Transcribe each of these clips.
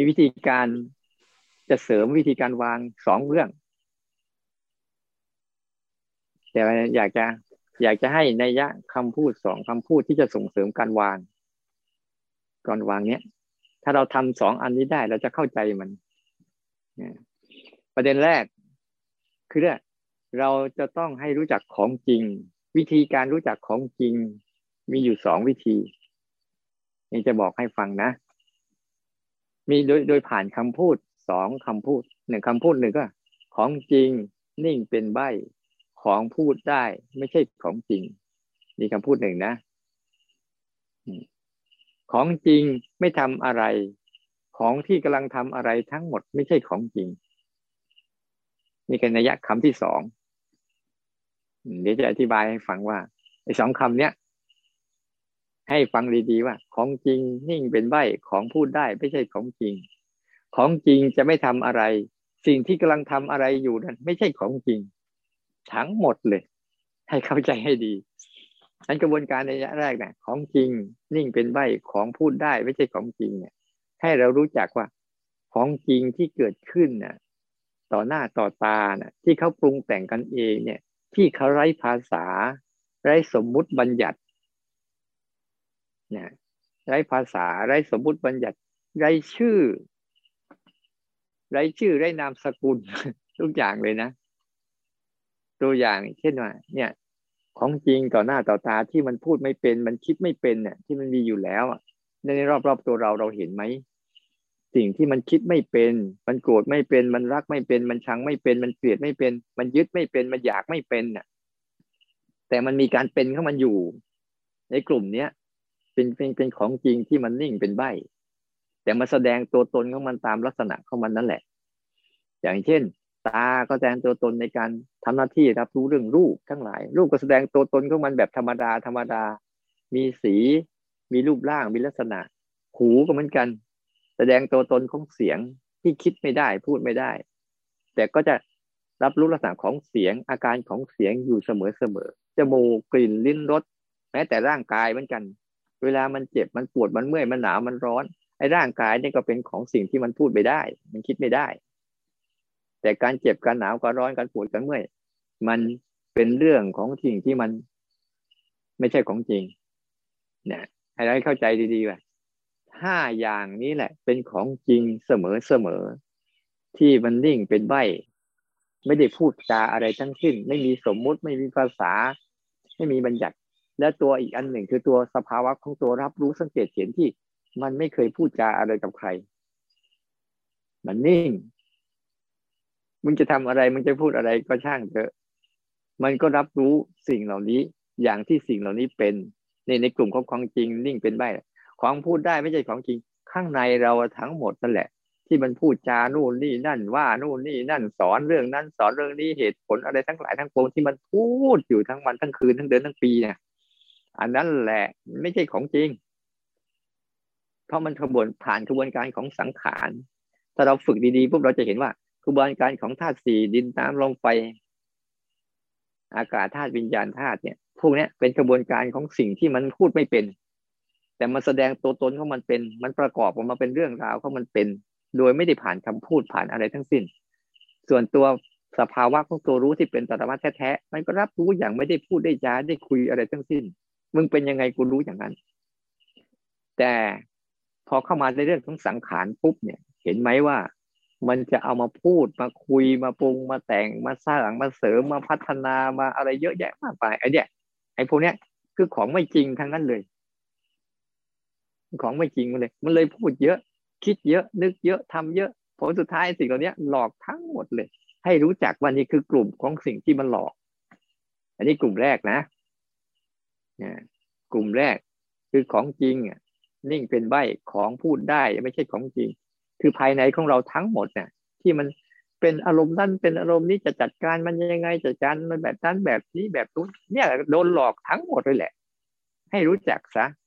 วิธีการจะเสริมวิธีการวาง2 เรื่องแต่อยากจะให้นัยยะคำพูด2 คำพูดที่จะส่งเสริมการวางก่อนวางเนี้ยถ้าเราทำ2 อันนี้ได้เราจะเข้าใจมันประเด็นแรกคือเราจะต้องให้รู้จักของจริงวิธีการรู้จักของจริงมีอยู่2 วิธีนี่จะบอกให้ฟังนะมีโดยผ่านคำพูด2 คำพูด1 คำพูด 1ก็ของจริงนิ่งเป็นใบ้ของพูดได้ไม่ใช่ของจริงนี่คำพูด 1นะของจริงไม่ทำอะไรของที่กำลังทำอะไรทั้งหมดไม่ใช่ของจริงนี่คือนัยยะคำที่2เดี๋ยวจะอธิบายให้ฟังว่าไอ้2 คำเนี้ยให้ฟังดีๆว่าของจริงนิ่งเป็นใบ้ของพูดได้ไม่ใช่ของจริงของจริงจะไม่ทำอะไรสิ่งที่กำลังทำอะไรอยู่นั้นไม่ใช่ของจริงทั้งหมดเลยให้เข้าใจให้ดีอันกระบวนการในระยะแรกเนี่ยของจริงนิ่งเป็นใบ้ของพูดได้ไม่ใช่ของจริงเนี่ยให้เรารู้จักว่าของจริงที่เกิดขึ้นน่ะต่อหน้าต่อตาน่ะที่เขาปรุงแต่งกันเองเนี่ยที่เขาไร้ภาษาไร้สมมุติบัญญัติเนี่ยไร้ภาษาไร้สมมุติบัญญัติไร้ชื่อไร้นามสกุลทุกอย่างเลยนะตัวอย่างเช่นว่าเนี่ยของจริงต่อหน้าต่อตาที่มันพูดไม่เป็นมันคิดไม่เป็นเนี่ยที่มันมีอยู่แล้วในรอบๆตัวเราเห็นไหมสิ่งที่มันคิดไม่เป็นมันโกรธไม่เป็นมันรักไม่เป็นมันชังไม่เป็นมันเกลียดไม่เป็นมันยึดไม่เป็นมันอยากไม่เป็นน่ะแต่มันมีการเป็นของมันอยู่ในกลุ่มเนี้ยเป็นของจริงที่มันนิ่งเป็นใบ้แต่มาแสดงตัวตนของมันตามลักษณะของมันนั่นแหละอย่างเช่นตาก็แสดงตัวตนในการทำหน้าที่รับรู้เรื่องรูปทั้งหลายรูปก็แสดงตัวตนของมันแบบธรรมดามีสีมีรูปร่างมีลักษณะหูก็เหมือนกันแสดงตัวตนของเสียงที่คิดไม่ได้พูดไม่ได้แต่ก็จะรับรู้ลักษณะของเสียงอาการของเสียงอยู่เสมอจมูกกลิ่นลิ้นรสแม้แต่ร่างกายเหมือนกันเวลามันเจ็บมันปวดมันเมื่อยมันหนาวมันร้อนไอ้ร่างกายนี่ก็เป็นของสิ่งที่มันพูดไม่ได้มันคิดไม่ได้แต่การเจ็บการหนาวการร้อนการปวดการเมื่อยมันเป็นเรื่องของสิ่งที่มันไม่ใช่ของจริงเนี่ยให้เราเข้าใจดีๆว่า5 อย่างนี้แหละเป็นของจริงเสมอที่มันนิ่งเป็นใบ้ไม่ได้พูดจาอะไรทั้งสิ้นไม่มีสมมุติไม่มีภาษาไม่มีบัญญัติและตัวอีกอันหนึ่งคือตัวสภาวะของตัวรับรู้สังเกตเห็นที่มันไม่เคยพูดจาอะไรกับใครมันนิ่งมึงจะทำอะไรมึงจะพูดอะไรก็ช่างเถอะมันก็รับรู้สิ่งเหล่านี้อย่างที่สิ่งเหล่านี้เป็นในกลุ่มของของจริงนิ่งเป็นใบ้ของพูดได้ไม่ใช่ของจริงข้างในเราทั้งหมดนั่นแหละที่มันพูดจานู่นนี่นั่นว่านู่นนี่นั่นสอนเรื่องนั้นสอนเรื่องนี้เหตุผลอะไรทั้งหลายทั้งปวงที่มันพูดอยู่ทั้งวันทั้งคืนทั้งเดือนทั้งปีเนี่ยอันนั้นแหละไม่ใช่ของจริงเพราะมันผ่านกระบวนการของสังขารถ้าเราฝึกดีๆปุ๊บเราจะเห็นว่ากระบวนการของธาตุ4ดินน้ำลมไฟอากาศธาตุวิญญาณธาตุเนี่ยพวกนี้เป็นกระบวนการของสิ่งที่มันพูดไม่เป็นแต่มันแสดงตัวตนของมันเป็นมันประกอบออกมาเป็นเรื่องราวของมันเป็นโดยไม่ได้ผ่านคำพูดผ่านอะไรทั้งสิ้นส่วนตัวสภาวะของตัวรู้ที่เป็นปรมัตถ์แท้ๆมันก็รับรู้อย่างไม่ได้พูดได้จาได้คุยอะไรทั้งสิ้นมึงเป็นยังไงกูรู้อย่างนั้นแต่พอเข้ามาในเรื่องของสังขารปุ๊บเนี่ยเห็นไหมว่ามันจะเอามาพูดมาคุยมาปรุงมาแต่งมาสร้างมาเสริมมาพัฒนามาอะไรเยอะแยะมากมายไอ้เนี่ยไอ้พวกเนี้ยคือของไม่จริงทั้งนั้นเลยของไม่จริงมันเลยพูดเยอะคิดเยอะนึกเยอะทำเยอะผลสุดท้ายสิ่งเหล่านี้หลอกทั้งหมดเลยให้รู้จักว่านี่คือกลุ่มของสิ่งที่มันหลอกอันนี้กลุ่มแรกนะกลุ่มแรกคือของจริงนิ่งเป็นใบ้ของพูดได้ไม่ใช่ของจริงคือภายในของเราทั้งหมดเนี่ยที่มันเป็นอารมณ์นั้นเป็นอารมณ์นี้จะจัดการมันยังไงจัดการมันแบบนั้นแบบนี้แบบนู้นเนี่ยโดนหลอกทั้งหมดเลยแหละให้รู้จักซะ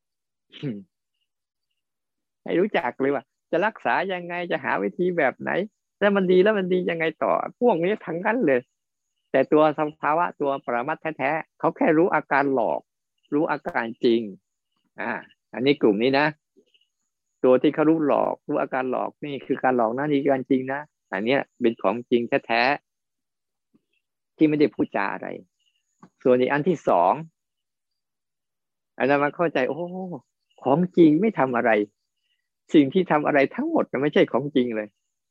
ให้รู้จักเลยว่าจะรักษายังไงจะหาวิธีแบบไหนแล้วมันดีแล้วมันดียังไงต่อพวกนี้ทั้งนั้นเลยแต่ตัวสภาวะตัวปรมัตถ์แท้ๆเขาแค่รู้อาการหลอกรู้อาการจริงอันนี้กลุ่มนี้นะตัวที่เขารู้หลอกรู้อาการหลอกนี่คือการหลอกนะนี่คือการจริงนะอันเนี้ยเป็นของจริงแท้ๆที่ไม่ได้พูดจาอะไรส่วนอีกอันที่สองอันนั้นมาเข้าใจโอ้ของจริงไม่ทำอะไรสิ่งที่ทำอะไรทั้งหมดมันไม่ใช่ของจริงเลย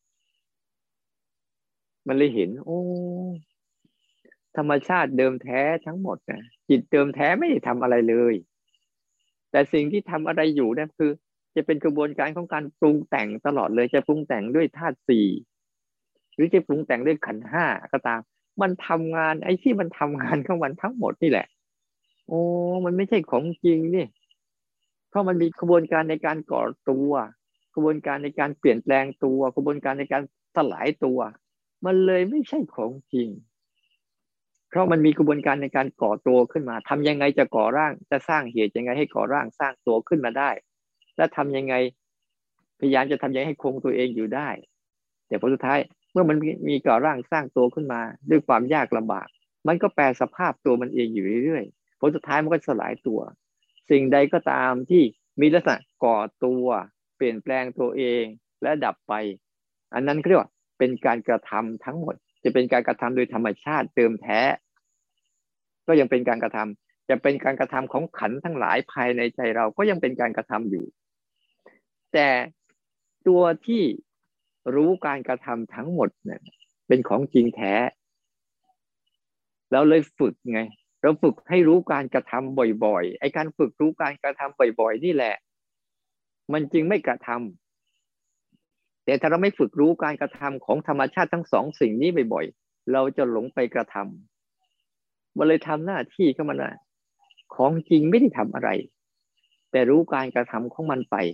มันเลยเห็นโอ้ธรรมชาติเดิมแท้ทั้งหมดนะจิตเดิมแท้ไม่ได้ทำอะไรเลยแต่สิ่งที่ทำอะไรอยู่นั่นคือจะเป็นกระบวนการของการปรุงแต่งตลอดเลยจะปรุงแต่งด้วยธาตุสี่หรือจะปรุงแต่งด้วยขันธ์ห้าก็ตามมันทำงานไอ้ที่มันทำงานของมันทั้งหมดนี่แหละโอ้มันไม่ใช่ของจริงนี่เพราะมันมีกระบวนการในการก่อตัวกระบวนการในการเปลี่ยนแปลงตัวกระบวนการในการสลายตัวมันเลยไม่ใช่ของจริง เพราะมันมีกระบวนการในการก่อตัวขึ้นมาทำยังไงจะก่อร่างจะสร้างเหตุยังไงให้ก่อร่างสร้างตัวขึ้นมาได้และทำยังไงพยายามจะทำยังไงให้คงตัวเองอยู่ได้แต่ผลสุดท้ายเมื่อมันมีก่อร่างสร้างตัวขึ้นมาด้วยความยากลำบากมันก็แปรสภาพตัวมันเองอยู่เรื่อยๆผลสุดท้ายมันก็สลายตัวสิ่งใดก็ตามที่มีลักษณะก่อตัวเปลี่ยนแปลงตัวเองและดับไปอันนั้นเรียกว่าเป็นการกระทำทั้งหมดจะเป็นการกระทำโดยธรรมชาติเติมแท้ก็ยังเป็นการกระทำจะเป็นการกระทำของขันธ์ทั้งหลายภายในใจเราก็ยังเป็นการกระทำอยู่แต่ตัวที่รู้การกระทำทั้งหมดเนี่ยเป็นของจริงแท้เราเลยฝึกไงเราฝึกให้รู้การกระทำบ่อยๆไอ้การฝึกรู้การกระทำบ่อยๆนี่แหละมันจึงไม่กระทำแต่ถ้าเราไม่ฝึกรู้การกระทำของธรรมชาติทั้งสองสิ่งนี้บ่อยๆเราจะหลงไปกระทำมันเลยทำหน้าที่ของมันนะของจริงไม่ได้ทำอะไรแต่รู้การกระทำของมันไป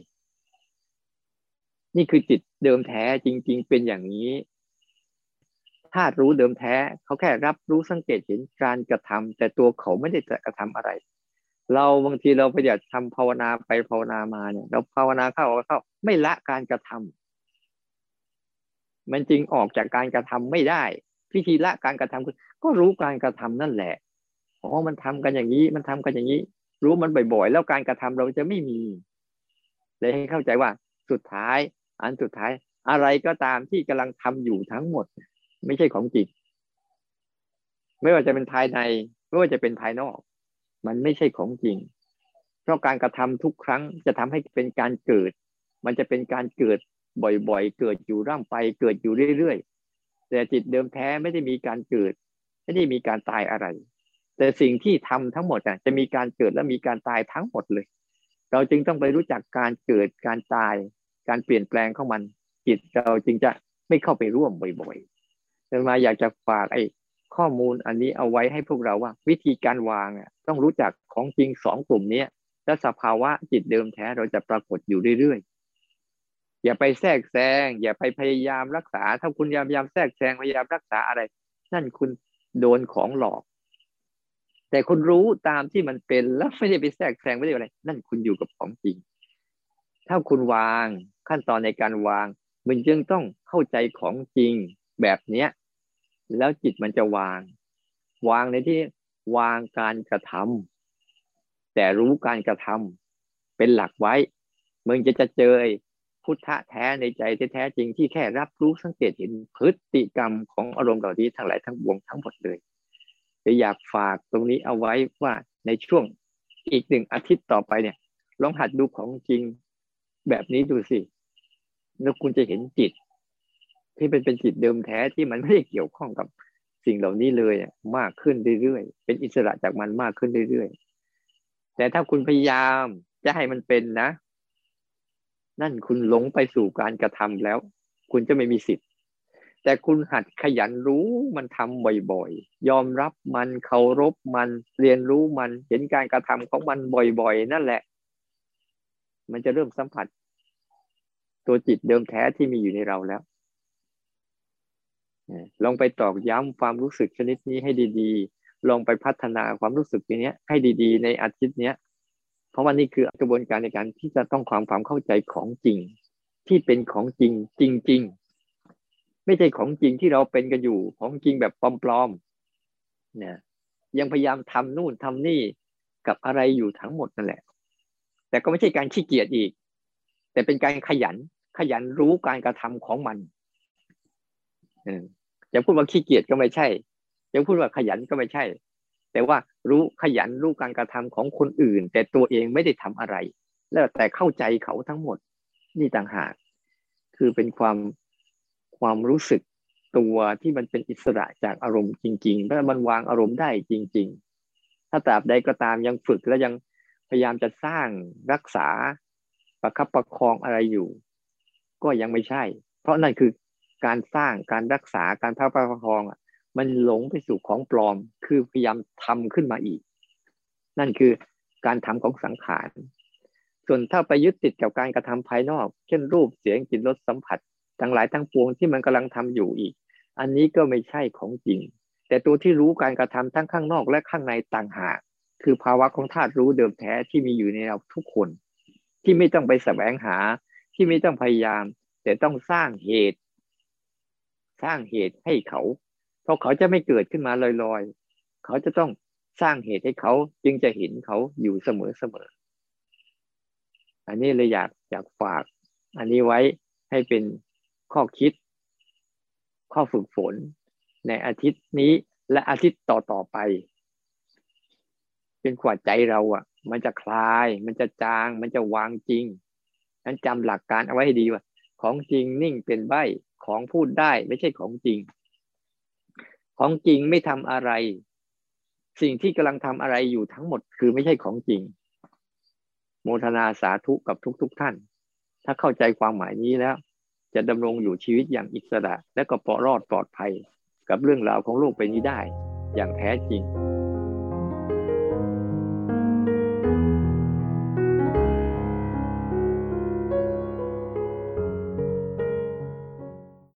นี่คือจิตเดิมแท้จริงๆเป็นอย่างนี้ธาตุรู้เดิมแท้เขาแค่รับรู้สังเกตเห็นการกระทำแต่ตัวเขาไม่ได้จะกระทำอะไรเราบางทีเราไปอยากทำภาวนาไปภาวนามาเนี่ยเราภาวนาเข้าไม่ละการกระทำมันจริงออกจากการกระทำไม่ได้วิธีละการกระทำคือก็รู้การกระทำนั่นแหละอ๋อมันทำกันอย่างนี้มันทำกันอย่างนี้รู้มันบ่อยๆแล้วการกระทำเราจะไม่มีเลยให้เข้าใจว่าสุดท้ายอันสุดท้ายอะไรก็ตามที่กำลังทำอยู่ทั้งหมดไม่ใช่ของจริงไม่ว่าจะเป็นภายในไม่ว่าจะเป็นภายนอกมันไม่ใช่ของจริงเพราะการกระทำทุกครั้งจะทำให้เป็นการเกิดมันจะเป็นการเกิดบ่อยๆเกิดอยู่ร่ำไปเกิดอยู่เรื่อยๆแต่จิตเดิมแท้ไม่ได้มีการเกิดไม่ได้มีการตายอะไรแต่สิ่งที่ทำทั้งหมดจะมีการเกิดและมีการตายทั้งหมดเลยเราจึงต้องไปรู้จักการเกิดการตายการเปลี่ยนแปลงของมันจิตเราจึงจะไม่เข้าไปร่วมบ่อยๆแต่มาอยากจะฝากข้อมูลอันนี้เอาไว้ให้พวกเราว่าวิธีการวางต้องรู้จักของจริงสองกลุ่มนี้และสภาวะจิตเดิมแท้เราจะปรากฏอยู่เรื่อยๆอย่าไปแทรกแซงอย่าไปพยายามรักษาถ้าคุณพยายามแทรกแซงพยายามรักษาอะไรนั่นคุณโดนของหลอกแต่คุณรู้ตามที่มันเป็นแล้วไม่ได้ไปแทรกแซงไม่ได้อะไรนั่นคุณอยู่กับของจริงถ้าคุณวางขั้นตอนในการวางมันจึงต้องเข้าใจของจริงแบบเนี้ยแล้วจิตมันจะวางในที่วางการกระทำแต่รู้การกระทำเป็นหลักไว้มึงจะเจอพุทธะแท้ในใจแท้จริงที่แค่รับรู้สังเกตเห็นพฤติกรรมของอารมณ์เหล่านี้ทั้งหลายทั้งปวงทั้งหมดเลยจะอยากฝากตรงนี้เอาไว้ว่าในช่วงอีก1 อาทิตย์ต่อไปเนี่ยลองหัดดูของจริงแบบนี้ดูสิแล้วคุณจะเห็นจิตที่เป็นจิตเดิมแท้ที่มันไม่ได้เกี่ยวข้องกับสิ่งเหล่านี้เลยมากขึ้นเรื่อยๆเป็นอิสระจากมันมากขึ้นเรื่อยๆแต่ถ้าคุณพยายามจะให้มันเป็นนะนั่นคุณหลงไปสู่การกระทำแล้วคุณจะไม่มีสิทธิ์แต่คุณหัดขยันรู้มันทำบ่อยๆยอมรับมันเคารพมันเรียนรู้มันเห็นการกระทำของมันบ่อยๆนั่นแหละมันจะเริ่มสัมผัสตัวจิตเดิมแท้ที่มีอยู่ในเราแล้วลองไปตอกย้ำความรู้สึกชนิดนี้ให้ดีๆลองไปพัฒนาความรู้สึกนี้ให้ดีๆในอาทิตย์นี้เพราะว่านี่คือกระบวนการในการที่จะต้องความเข้าใจของจริงที่เป็นของจริงจริงๆไม่ใช่ของจริงที่เราเป็นกันอยู่ของจริงแบบปลอมๆเนี่ยยังพยายามทำนู่นทำนี่กับอะไรอยู่ทั้งหมดนั่นแหละแต่ก็ไม่ใช่การขี้เกียจอีกแต่แต่เป็นการขยันรู้การกระทำของมันจะพูดว่าขี้เกียจก็ไม่ใช่จะพูดว่าขยันก็ไม่ใช่แต่ว่าขยันรู้การกระทำของคนอื่นแต่ตัวเองไม่ได้ทำอะไรแล้วแต่เข้าใจเขาทั้งหมดนี่ต่างหากคือเป็นความรู้สึกตัวที่มันเป็นอิสระจากอารมณ์จริงๆและมันวางอารมณ์ได้จริงๆถ้าตราบใดก็ตามยังฝึกและยังพยายามจะสร้างรักษาประคับประคองอะไรอยู่ก็ยังไม่ใช่เพราะนั่นคือการสร้างการรักษาการประคับประคองมันหลงไปสู่ของปลอมคือพยายามทำขึ้นมาอีกนั่นคือการทำของสังขารส่วนถ้าไปยึดติดกับการกระทำภายนอกเช่นรูปเสียงกลิ่นรสสัมผัสทั้งหลายทั้งปวงที่มันกำลังทำอยู่อีกอันนี้ก็ไม่ใช่ของจริงแต่ตัวที่รู้การกระทำทั้งข้างนอกและข้างในต่างหากคือภาวะของธาตุรู้เดิมแท้ที่มีอยู่ในเราทุกคนที่ไม่ต้องไปแสวงหาที่ไม่ต้องพยายามแต่ต้องสร้างเหตุให้เขาเพราะเขาจะไม่เกิดขึ้นมาลอยๆเขาจะต้องสร้างเหตุให้เขาจึงจะเห็นเขาอยู่เสมออันนี้เลยอยากฝากอันนี้ไว้ให้เป็นข้อคิดข้อฝึกฝนในอาทิตย์นี้และอาทิตย์ต่อไปเป็นขวาใจเรามันจะคลายมันจะจางมันจะวางจริงนั้นจำหลักการเอาไว้ให้ดีว่าของจริงนิ่งเป็นใบ้ของพูดได้ไม่ใช่ของจริงของจริงไม่ทำอะไรสิ่งที่กำลังทำอะไรอยู่ทั้งหมดคือไม่ใช่ของจริงโมทนาสาธุกับทุกท่านถ้าเข้าใจความหมายนี้แล้วจะดำรงอยู่ชีวิตอย่างอิสระและก็รอดปลอดภัยกับเรื่องราวของโลกใบนี้ได้อย่างแท้จริง